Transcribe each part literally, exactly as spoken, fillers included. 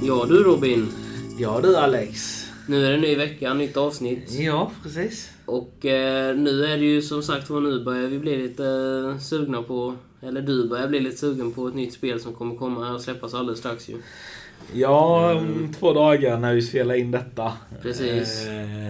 Ja du Robin. Ja du Alex. Nu är det en ny vecka, nytt avsnitt. Ja, precis. Och eh, nu är det ju som sagt vad nu börjar vi bli lite eh, sugna på, eller du börjar bli lite sugen på ett nytt spel som kommer komma och släppas alldeles strax ju. Ja, om mm. två dagar när vi spelar in detta. Precis. Eh,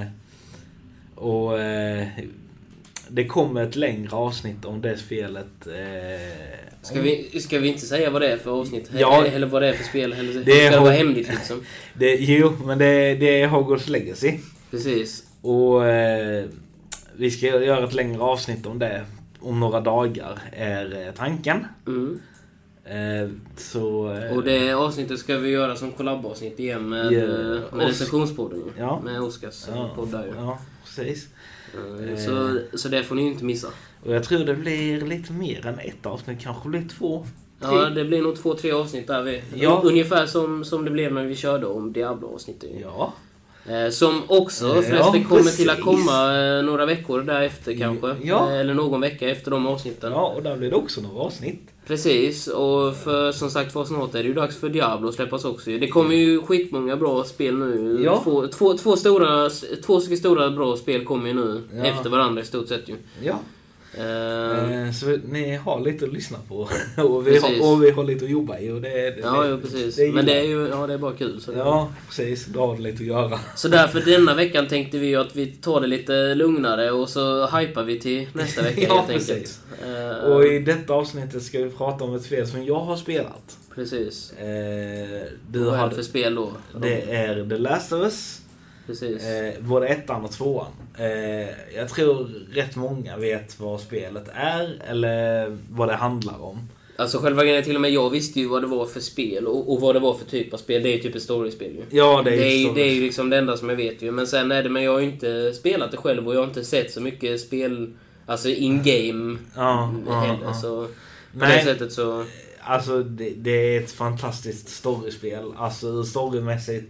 och eh, det kommer ett längre avsnitt om det spelet. Eh, Ska vi, ska vi inte säga vad det är för avsnitt? Ja, eller, eller vad det är för spel? Eller, det ska är det Hog- vara hemligt liksom? Det, jo, men det, det är Hogwarts Legacy. Precis. Och eh, vi ska göra ett längre avsnitt om det om några dagar är tanken. Mm. Eh, så, eh, och det avsnittet ska vi göra som collab-avsnitt igen med, yeah, med recensionspodden. Ja. Med Oskars ja, podd där ju. Ja, precis. Mm. Så, så det får ni inte missa. Och jag tror det blir lite mer än ett avsnitt, kanske blir två, tre. Ja, det blir nog två, tre avsnitt där vi. Ja. Ungefär som, som det blev när vi körde om Diablo-avsnittet. Ja. Eh, som också Ja, förresten kommer precis. till att komma eh, några veckor därefter kanske. Ja. Eh, eller någon vecka efter de avsnitten. Ja, och där blir det också några avsnitt. Precis, och för som sagt för snart är det ju dags för Diablo att släppas också. Det kommer ju skitmånga bra spel nu. Ja. Två, två, två, stora, två stycken stora bra spel kommer ju nu Ja. efter varandra i stort sett ju. Ja. Eh, Eh, så ni har lite att lyssna på. och, vi Precis. har, och vi har lite att jobba i. Och det, det, ja, det, jo, precis. det Men det är ju ja, det är bara kul. Så det... Ja, precis. Då har du lite att göra. Så därför denna veckan tänkte vi ju att vi tar det lite lugnare och så hypar vi till nästa vecka Ja, helt precis. enkelt. Uh, Och i detta avsnittet ska vi prata om ett spel som jag har spelat. Precis. Eh, du Vad är har det för spel då? Det är The Last of Us. Precis. Eh, både ettan och tvåan. Eh, jag tror rätt många vet vad spelet är eller vad det handlar om. Alltså själva grejen, till och med jag visste ju vad det var för spel och, och vad det var för typ av spel. Det är ju typ ett storyspel ju. Ja, det är, det är, ju det är ju liksom det enda som jag vet ju. Men sen är det, men jag har ju inte spelat det själv och jag har inte sett så mycket spel, alltså in-game ja, heller. ja. Så på Nej, det sättet så... Alltså det, det är ett fantastiskt storyspel. Alltså storymässigt.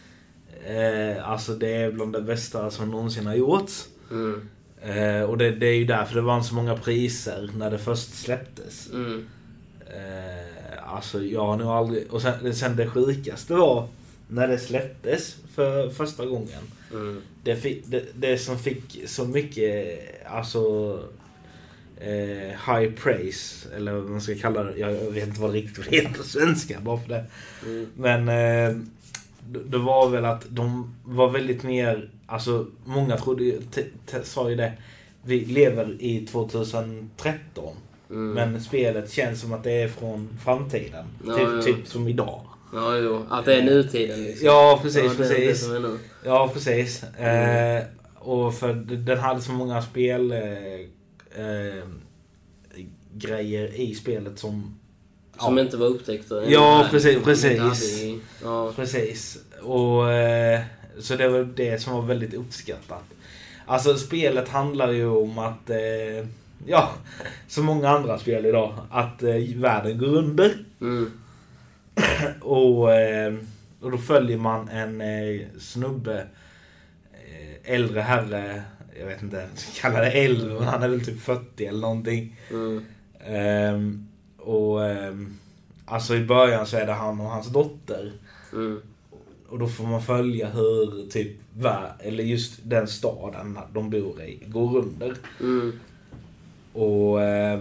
Eh, alltså det är bland det bästa som någonsin har gjorts. Mm. Eh, och det, det är ju därför det vann så många priser när det först släpptes. Mm. Eh, alltså jag har nog aldrig... Och sen, sen det sjukaste var när det släpptes för första gången. Mm. Det, fick, det, det som fick så mycket alltså eh, high praise, eller vad man ska kalla det. Jag vet inte vad det riktigt heter på svenska bara för det. Mm. Men eh, det, det var väl att de var väldigt mer, alltså många trodde ju, t- t- sa ju det, vi lever i tjugohundratretton. Mm. Men spelet känns som att det är från framtiden. Ja, typ, ja. typ som idag. Ja, jo. Att det är nutiden liksom. Ja, precis, ja, det, precis. Det som är nu. Ja, precis. Mm. Eh, och för den hade så många spel eh, eh, grejer i spelet som... Som ja. inte var upptäckta. Ja, här, precis, som precis. i, ja. Precis. Och eh, så det var det som var väldigt uppskattat. Alltså spelet handlar ju om att... Eh, ja, som många andra spel idag. Att eh, världen går under. Mm. och, eh, och då följer man en eh, snubbe, eh, äldre herre, jag vet inte, jag ska kalla det äldre, men han är väl typ fyrtio eller någonting. Mm. Eh, och eh, alltså i början så är det han och hans dotter. Mm. Och då får man följa hur typ vär, eller just den staden de bor i går under. Mm. Och eh,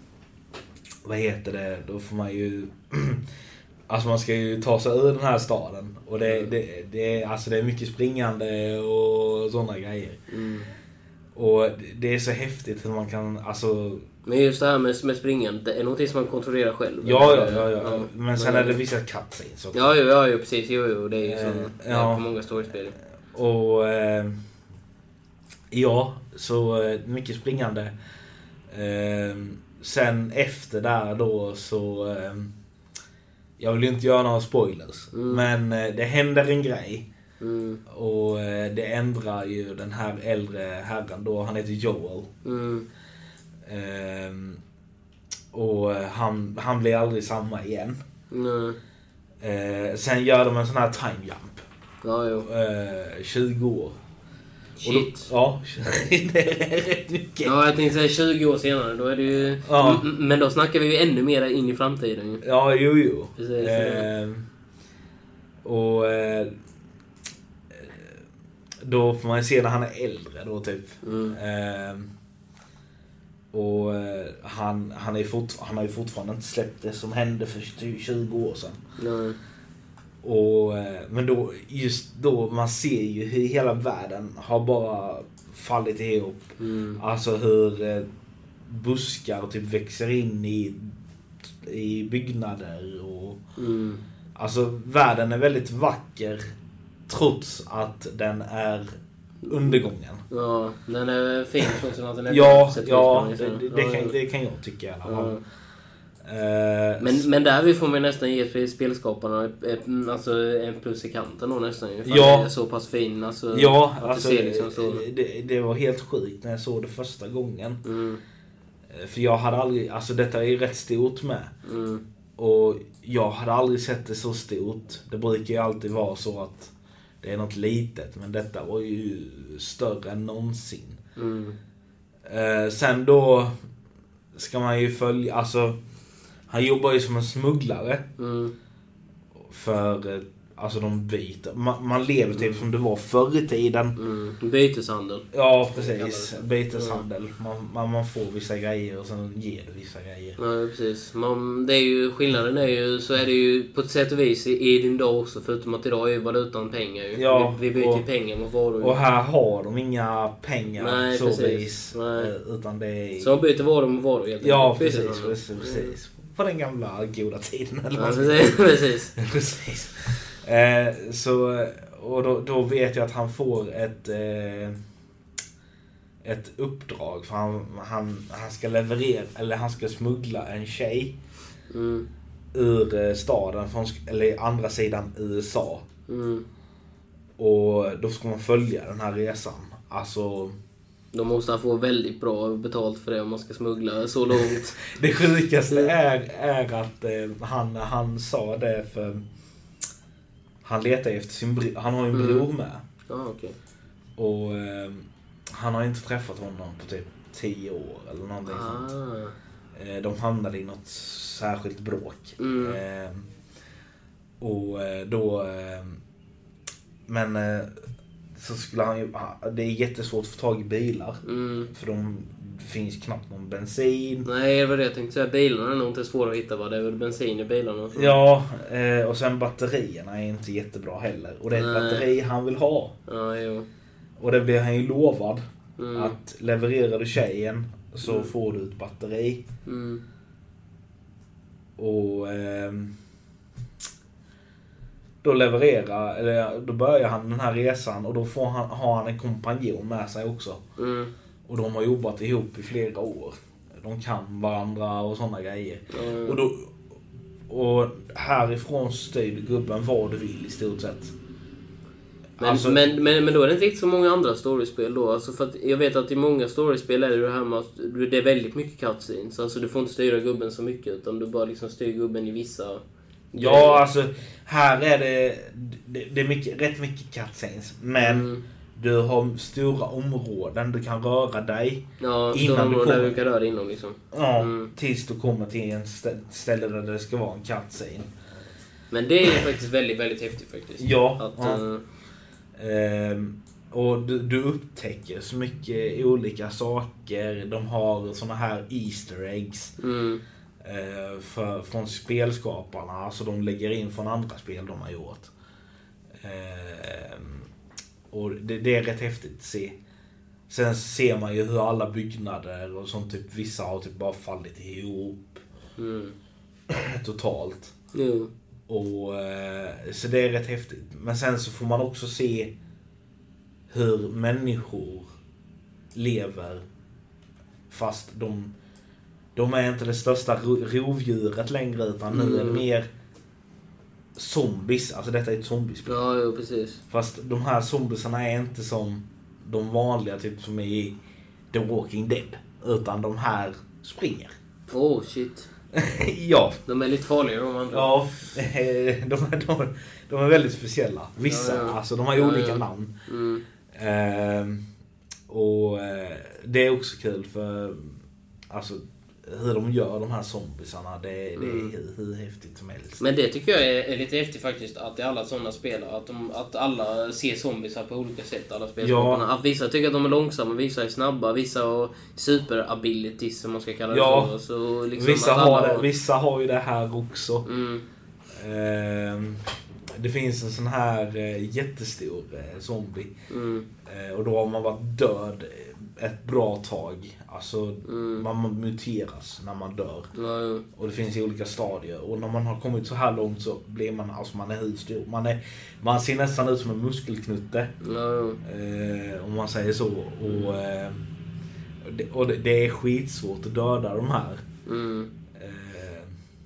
vad heter det, då får man ju alltså man ska ju ta sig ur den här staden. Och det, Mm. det, det, är, alltså det är mycket springande och sådana grejer. Mm. Och det är så häftigt hur man kan, alltså... Men just det här med, med springande, det är någonting som man kontrollerar själv. Ja, ja, ja, ja. ja. Men sen men, är det vissa cutscenes också. Ja, jo, ja, jo, precis. Jo, jo, det är ju så Eh, det ja. är på många storyspel. Och eh, ja, så eh, mycket springande. Eh, sen efter där då så... Eh, jag vill ju inte göra några spoilers. Mm. Men eh, det händer en grej. Mm. Och eh, det ändrar ju den här äldre herren då. Han heter Joel. Mm. Eh, och han, han blir aldrig samma igen. Mm. Eh, sen gör de en sån här time jump. Ja, jo. Eh, tjugo år. Shit. Då, ja, det är rätt mycket. Ja, jag tänkte säga tjugo år senare. Då är det ju... Ja. M- men då snackar vi ju ännu mer in i framtiden. Ju. Ja, jo, jo. Precis, Eh, Och eh, då får man ju se när han är äldre då typ. Mm. Eh, och eh, han, han, är fort, han har ju fortfarande inte släppt det som hände för tjugo år sedan. Mm. Och, eh, men då, just då man ser ju hur hela världen har bara fallit ihop. Mm. Alltså hur eh, buskar typ växer in i, i byggnader. Och, Mm. alltså världen är väldigt vacker trots att den är undergången. Ja, den är fin trots att den är Ja, sätt ja ut, det, kan man det, säga. det, Ja, kan, det kan jag tycka i alla fall. ja. Eh, Men, men där vi får man nästan ge spelskaparna ett, ett, alltså en plus i kanten då nästan. För Ja. det är så pass fin. Alltså, ja, att alltså det, ser liksom så. det, det var helt sjukt när jag såg det första gången. Mm, För jag hade aldrig, alltså detta är ju rätt stort med. mm, Och jag hade aldrig sett det så stort. Det brukar ju alltid vara så att det är något litet. Men detta var ju större än någonsin. mm, Eh, sen då ska man ju följa, alltså han jobbar ju som en smugglare. mm, För, eh, alltså de byter. Man, man lever typ som det var förr i tiden. mm. Byteshandel. Ja, precis. Byteshandel. Man, man, man får vissa grejer och sen ger du vissa grejer. Ja, precis. Man, det är ju, skillnaden är ju, så är det ju på ett sätt och vis i, i din dag också, förutom att idag är ju valutan pengar ju. Ja, vi, vi byter och- ju pengar mot varor. Och här har de inga pengar Nej, så precis. vis. Nej. eh, Utan det är... Så de byter varor mot varor helt Ja, enkelt. precis, Byteshandel. precis, precis. På den gamla goda tiden. Eller Ja, vad man precis. precis. precis. Eh, så, och då, då vet jag att han får ett eh, ett uppdrag för han, han, han ska leverera, eller han ska smuggla en tjej Mm, ur eh, staden från, eller andra sidan U S A. mm. Och då ska man följa den här resan. Alltså Då måste han få väldigt bra betalt för det om man ska smuggla så långt. det sjukaste är, är att eh, han, han sa det för han letar efter sin bror. Han har ju en Mm. bror med. Ja, okej. Och eh, han har inte träffat honom på typ tio år eller någonting sånt. Ah. Eh, de hamnade i något särskilt bråk. Mm. Eh, och eh, då... Eh, men eh, så skulle han ju... Det är jättesvårt att få tag i bilar. Mm. För de det finns knappt någon bensin. Nej, det var det jag tänkte säga. Bilarna är nog inte svåra att hitta, va? Det är väl bensin i bilarna. Så. Ja, eh, och sen batterierna är inte jättebra heller. Och det är ett Nej. batteri han vill ha. Ja, jo. Och det blir han ju lovad. Mm. Att levererar du tjejen så Mm. får du ett batteri. Mm. Och ehm, då levererar, eller då börjar han den här resan och då får han, har han en kompanjon med sig också. Mm. Och de har jobbat ihop i flera år. De kan varandra och sådana grejer. Mm. Och, då, och härifrån styr gubben vad du vill i stort sett. Men, Alltså- men, men, men då är det inte riktigt så många andra storiespel då. Alltså för att jag vet att i många storiespel är det det här med att det är väldigt mycket cutscenes. Alltså du får inte styra gubben så mycket, utan du bara liksom styr gubben i vissa Ja, alltså här är det, det, det är mycket, rätt mycket cutscenes. Men Mm. du har stora områden, du kan röra dig. Ja, Innan innan du du där kommer. du kan röra dig inom liksom. Ja, Mm. tills du kommer till en stä- ställe där det ska vara en cutscene. Men det är ju faktiskt väldigt, väldigt häftigt faktiskt. Ja, Att, ja. eh, Ehm, och du, du upptäcker så mycket olika saker. De har såna här Easter eggs mm, eh, för, från spelskaparna. Alltså de lägger in från andra spel de har gjort. Ehm, och det, det är rätt häftigt att se. Sen ser man ju hur alla byggnader och sånt, typ vissa har typ bara fallit ihop mm. totalt. Jo. Och, eh, så det är rätt häftigt. Men sen så får man också se hur människor lever fast de, de är inte det största ro- rovdjuret längre, utan nu är det Mm. mer zombies. Alltså detta är ett zombiespel. Ja, jo, precis. Fast de här zombiesarna är inte som de vanliga typ som är i The Walking Dead, utan de här springer. Oh, shit. Ja. De är lite farliga de andra. Ja, de, de, de är väldigt speciella. Vissa, Ja, ja. alltså de har ju Ja, olika ja. namn. Mm. Ehm, och eh, det är också kul för alltså hur de gör de här zombisarna, det, det är Mm. hur, hur häftigt som helst. Men det tycker jag är, är lite häftigt faktiskt, att i alla sådana spel, att, de, att alla ser zombisar på olika sätt, alla spelskaparna. Ja. Att vissa tycker att de är långsamma, vissa är snabba, vissa har super-abilities som man ska kalla det Ja. så. så liksom Vissa, att alla har det, vissa har ju det här också. Mm. Ehm, det finns en sån här eh, jättestor eh, zombie. Mm. Eh, och då har man varit död ett bra tag. Alltså Mm. man muteras när man dör. Ja, ja. Och det finns i olika stadier. Och när man har kommit så här långt så blir man, alltså man är hur stor. Man, är, man ser nästan ut som en muskelknutte. Ja, ja. Eh, om man säger så. Och, eh, det, och det, det är skitsvårt att döda de här. Mm. Eh,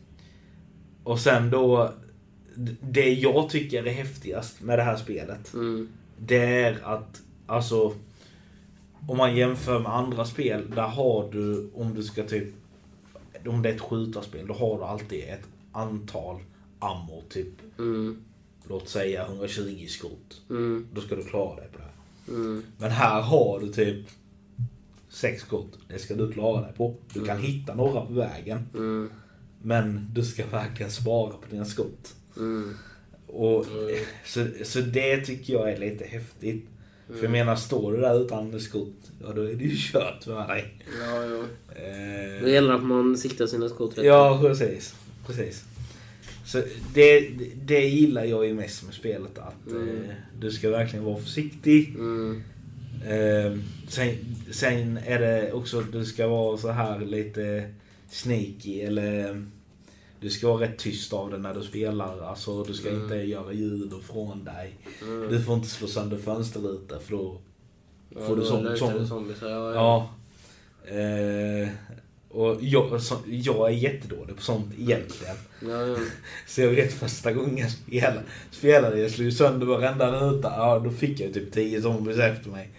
och sen då, det jag tycker är häftigast med det här spelet, Mm. det är att, alltså, om man jämför med andra spel, där har du, om du ska typ, om det är ett skjutarspel, då har du alltid ett antal ammo, typ, Mm. låt säga hundratjugo skott. Mm. Då ska du klara dig på det. Mm. Men här har du typ sex skott. Det ska du klara dig på. Du kan hitta några på vägen. Mm. Men du ska verkligen spara på dina skott. Mm. Och, Mm. så, så det tycker jag är lite häftigt. För jag menar, står du där utan skott, ja då är det ju kört för dig. Ja, ja. Eh, Det gäller att man siktar sina skott rätt. ja, precis. Precis. Så det, det gillar jag ju mest med spelet. Att Mm. eh, du ska verkligen vara försiktig. Mm. Eh, sen, sen är det också att du ska vara så här lite sneaky. Eller du ska vara rätt tyst av det när du spelar. Alltså du ska Mm. inte göra ljud från dig. Mm. Du får inte slå sönder fönsterrutor för då Ja, får du då sån, luktar sån, det zombies. Ja, ja. ja. Eh, och jag, så, jag är jättedålig på sånt egentligen. Ja, ja. Så jag vet första gången jag spelade, spelade jag slog sönder varenda ruta. Ja, då fick jag typ tio zombies efter mig.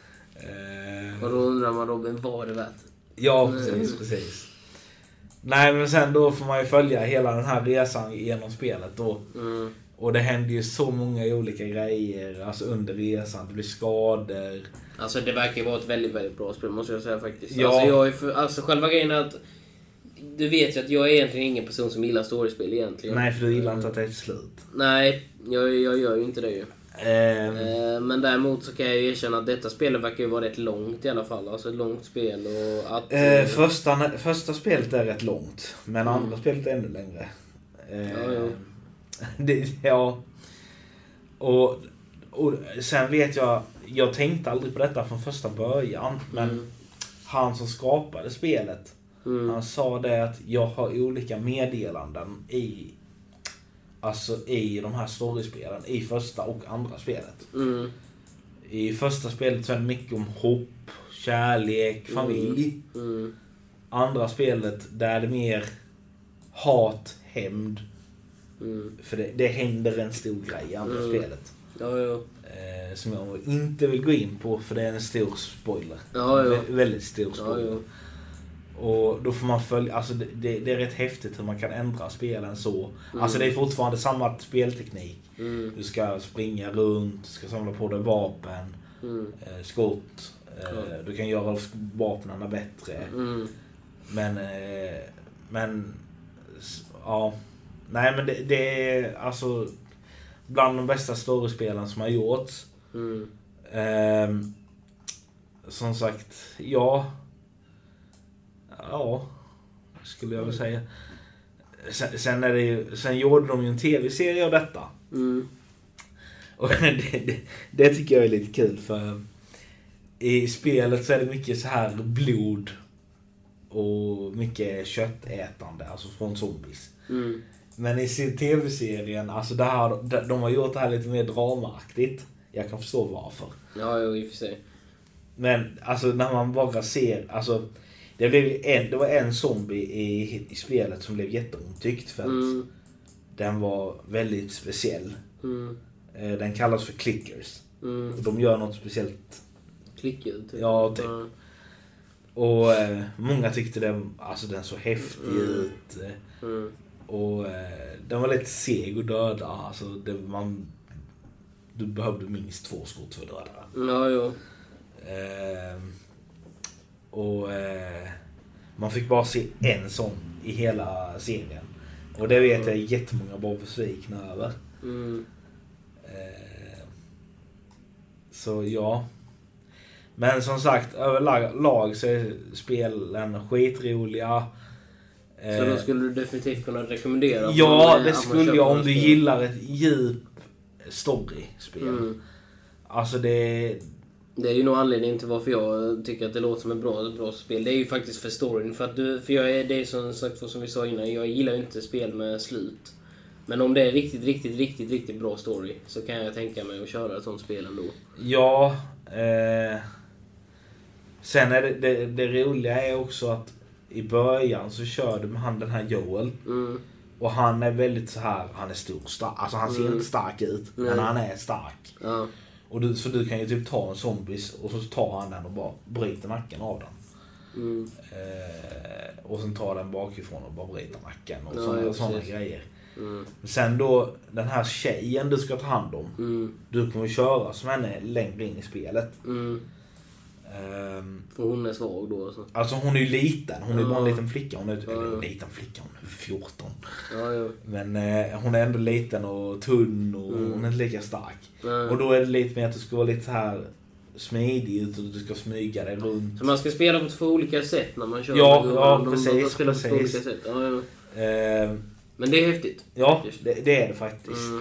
Eh, Och då undrar man, Robin, vad är det värt? ja, precis, precis. Nej, men sen då får man ju följa hela den här resan genom spelet då. Mm. Och det händer ju så många olika grejer, alltså under resan. Det blir skador. Alltså det verkar ju vara ett väldigt, väldigt bra spel, måste jag säga faktiskt. Ja. Alltså, jag är för, alltså själva grejen är att du vet ju att jag är egentligen ingen person som gillar storiespel egentligen. Nej, för du gillar inte att det är ett slut. Nej, jag, jag gör ju inte det ju. Ehm, Eh, Men däremot så kan jag ju erkänna att detta spelet verkar ju vara rätt långt i alla fall. Alltså ett långt spel och att... eh, första, första spelet är rätt långt, men Mm. andra spelet är ännu längre. Eh, Ja, ja. Det, ja. Och, och sen vet jag, jag tänkte aldrig på detta från första början, men Mm. han som skapade spelet, Mm. han sa det att jag har olika meddelanden i, alltså i de här storiespelen, i första och andra spelet. Mm. I första spelet så är det mycket om hopp, kärlek, familj. Mm. Andra spelet där är det mer hat, hämnd. Mm. För det, det händer en stor grej i andra Mm. spelet. Ja, ja. Eh, som jag inte vill gå in på, för det är en stor spoiler. Ja, ja. Vä- väldigt stor Ja, spoiler. ja. Och då får man följa, alltså det, det, det är rätt häftigt hur man kan ändra spelen så. Mm. Alltså det är fortfarande samma spelteknik. Mm. Du ska springa runt, du ska samla på dig vapen, Mm. eh, skott. Eh, Ja. Du kan göra vapnen bättre. Mm. Men, eh, men, s- ja. Nej, men det, det är alltså bland de bästa storiespelen som har gjorts. Mm. Ehm, som sagt, ja. Ja, skulle jag väl säga. Sen, sen, är det ju, sen gjorde de ju en tv-serie av detta. Mm. Och det, det, det tycker jag är lite kul, för i spelet så är det mycket så här blod och mycket köttätande, alltså från zombies. Mm. Men i sin tv-serien, alltså det här, de har gjort det här lite mer dramaaktigt. Jag kan förstå varför. Ja, jo, i och för sig. Men alltså när man bara ser, alltså det blev ju en, det var en zombie i, i spelet som blev jätteomtyckt för att Mm. den var väldigt speciell. Mm. Eh, Den kallas för clickers. Mm. Och de gör något speciellt. Klickljud, typ. Ja, typ. Ja. Och eh, många tyckte den, alltså den så häftig Mm. ut. Eh, Mm. Och eh, den var lite seg och döda. Alltså det, man, du behövde minst två skott för att döda den. Ja, jo. Eh, och, eh, Man fick bara se en sån i hela serien. Och det vet jag jättemånga var besvikna över. Mm. Eh, så ja. Men som sagt, överlag så är spelen skitroliga. Så då skulle du definitivt kunna rekommendera? Ja, det skulle jag om du gillar ett djup story-spel. Mm. Alltså det... Det är ju nog anledningen till varför jag tycker att det låter som ett bra, bra spel. Det är ju faktiskt för storyn. För, att du, för jag är, det är som sagt som vi sa innan, jag gillar ju inte spel med slut. Men om det är riktigt, riktigt, riktigt, riktigt bra story så kan jag tänka mig att köra ett sånt spel ändå. Ja. Eh, sen är det, det, det roliga är också att i början så körde med han den här Joel. Mm. Och han är väldigt så här, han är stor, stark. Alltså han ser mm. inte stark ut, Nej. men han är stark. Ja. Och du, så du kan ju typ ta en zombies och så tar han den och bara bryter nacken av den. Mm. Eh, och sen tar den bakifrån och bara bryter nacken och ja, sådana, ja, sådana grejer. Mm. Sen då, den här tjejen du ska ta hand om. Mm. Du kommer köra som henne längre in i spelet. Mm. Um, För hon är svag då alltså. Alltså hon är ju liten. Hon är ja. bara en liten flicka. Hon är ja. eller en liten flicka. Hon är fjorton. Ja, ja. Men eh, hon är ändå liten och tunn. Och mm. hon är inte lika stark. Ja. Och då är det lite mer att du ska vara lite så här smidig ut. Och du ska smyga dig runt. Så man ska spela på två olika sätt när man kör? Ja, med ja de, precis. De, de spelar på precis. två olika sätt. Ja, ja. Uh, Men det är häftigt. Ja, det, det är det faktiskt. Mm.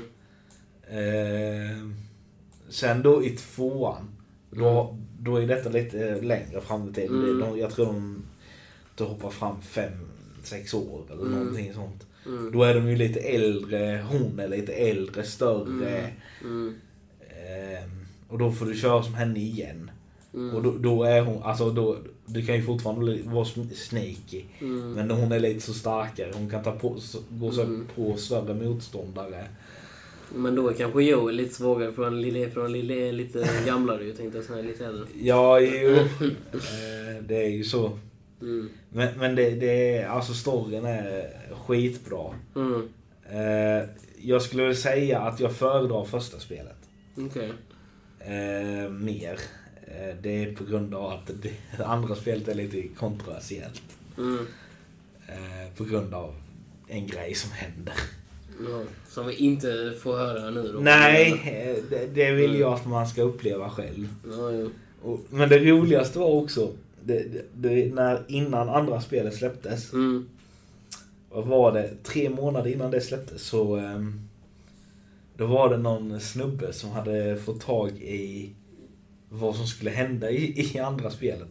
Uh, sen då i tvåan. Då, då är detta lite längre fram i tiden. Mm. Jag tror de, de hoppar fram fem, sex år eller mm. någonting sånt. Mm. Då är de ju lite äldre. Hon är lite äldre, större. Mm. Mm. Uh, och då får du köra som henne igen. Mm. Och då, då är hon, alltså då, du kan ju fortfarande vara sneaky. Mm. Men hon är lite så starkare. Hon kan ta på, gå så mm. på större motståndare. Men då är kanske Joe lite svagare från lille, från lille lite gamlare. Jag tänkte sån här lite äldre. Ja, jo. eh, det är ju så. Mm. Men, men det, det är, alltså storyn är skitbra. Mm. Eh, jag skulle väl säga att jag föredrar första spelet. Okej. Okay. Eh, mer. Det är på grund av att det andra spelet är lite kontroversiellt. Mm. Eh, på grund av en grej som händer. Ja, som vi inte får höra nu då. Nej, det, det vill mm. jag att man ska uppleva själv. Ja, ja. Och, men det roligaste var också det, det, det, när innan andra spelet släpptes. Mm. Vad var det? Tre månader innan det släpptes så um, då var det någon snubbe som hade fått tag i vad som skulle hända i, i andra spelet.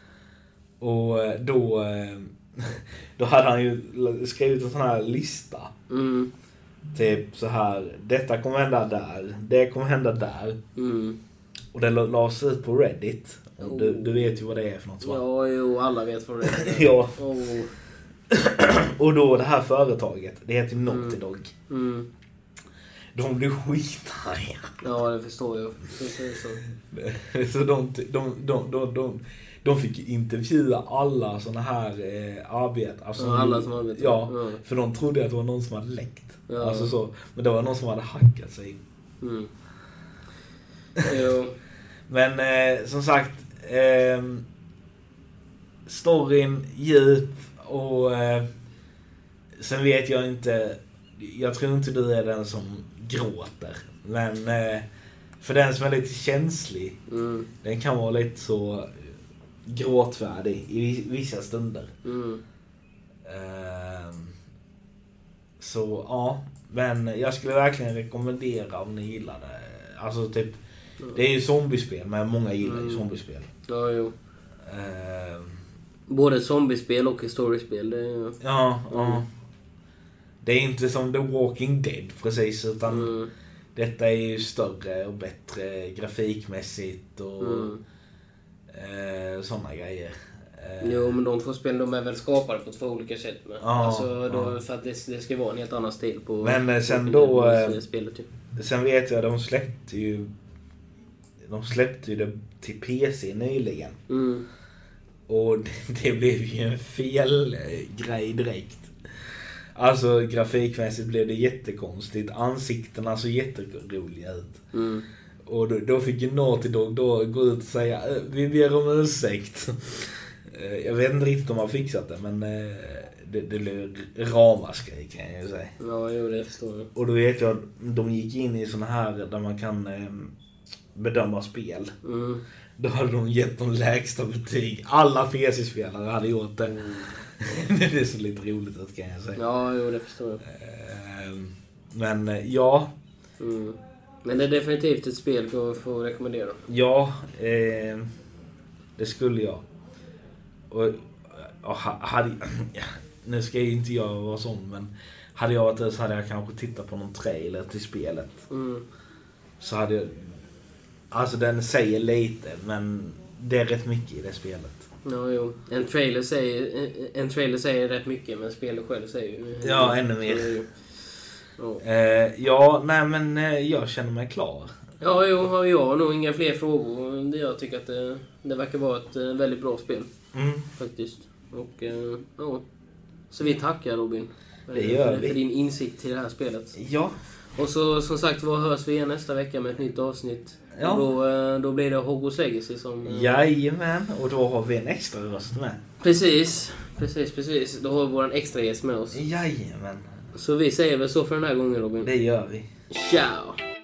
Och då då hade han ju skrivit en sån här lista. Mm. Typ så här, detta kommer hända där, det kommer hända där. Mm. Och det lades ut på Reddit. Och du, du vet ju vad det är för något, va? Ja, jo, alla vet vad det är. Ja. Oh. Och då det här företaget, det heter Naughty Dog. Mm. De blir skitarga. Ja, det förstår jag. Så, så de, de, de, de, de, de fick intervjua alla såna här eh, arbeten. Alltså, ja, alla som arbetar. Ja, ja, för de trodde att det var någon som hade läckt. Ja. Alltså så, men det var någon som hade hackat sig. Mm. Jo. Men eh, som sagt, eh, storyn djup och eh, sen vet jag inte, jag tror inte du är den som gråter. Men eh, för den som är lite känslig, mm. den kan vara lite så gråtfärdig i vissa stunder. Mm. Eh, så ja, men jag skulle verkligen rekommendera om ni gillar det. Alltså typ, mm. det är ju zombiespel, men många gillar ju mm. zombiespel. Ja, jo. Eh, Både zombiespel och historiespel. Det är ju... Ja, mm. ja. Det är inte som The Walking Dead precis, utan mm. detta är ju större och bättre grafikmässigt och mm. eh, sådana grejer. Eh, jo, men de två spelen, de är väl skapade på två olika sätt med. Ja, alltså då, ja. För att det, det ska vara en helt annan stil på. Men sen då eh, spelet, typ. Sen vet jag, de släppte ju de släppte ju det till P C nyligen. Mm. Och det, det blev ju en fel grej direkt. Alltså grafikmässigt blev det jättekonstigt. Ansiktena så jätteroliga ut. Mm. Och då, då fick ju Naughty Dog då gå ut och säga vi ber om ursäkt. Jag vet inte riktigt om man har fixat det, men det, det blev ramaskri kan jag ju säga. Ja, jo, det förstår jag. Och då vet jag, de gick in i såna här där man kan eh, bedöma spel. Mm. Då hade de gett de lägsta betyg. Alla P C-spelare hade gjort det. Mm. Det är så lite roligt att kan jag säga. Ja, jo, det förstår jag. Eh, men ja. Mm. Men det är definitivt ett spel för att få rekommendera. Ja, eh, det skulle jag. Och, och hade, nu ska ju inte jag vara sån, men hade jag varit där så hade jag kanske tittat på någon trailer till spelet. Mm. Så hade jag, alltså den säger lite, men det är rätt mycket i det spelet. Ja, jo. En trailer säger, en trailer säger rätt mycket, men spelet själv säger ju... Ja, ännu mer. Ju, ja. Eh, ja, nej men eh, jag känner mig klar. Ja, jo, har jag nog inga fler frågor. Jag tycker att det, det verkar vara ett väldigt bra spel. Mm. Faktiskt. Och eh, ja. Så vi tackar Robin. Det gör för, vi. för din insikt i det här spelet. Ja. Och så som sagt, vad hörs vi igen nästa vecka med ett nytt avsnitt. Ja. Och då, då blir det Hogwarts Legacy som... Jajamän, och då har vi en extra röst med. Precis, precis, precis. Då har vi vår extra gäst med oss. Jajamän. Så vi säger väl så för den här gången, Robin. Det gör vi. Ciao!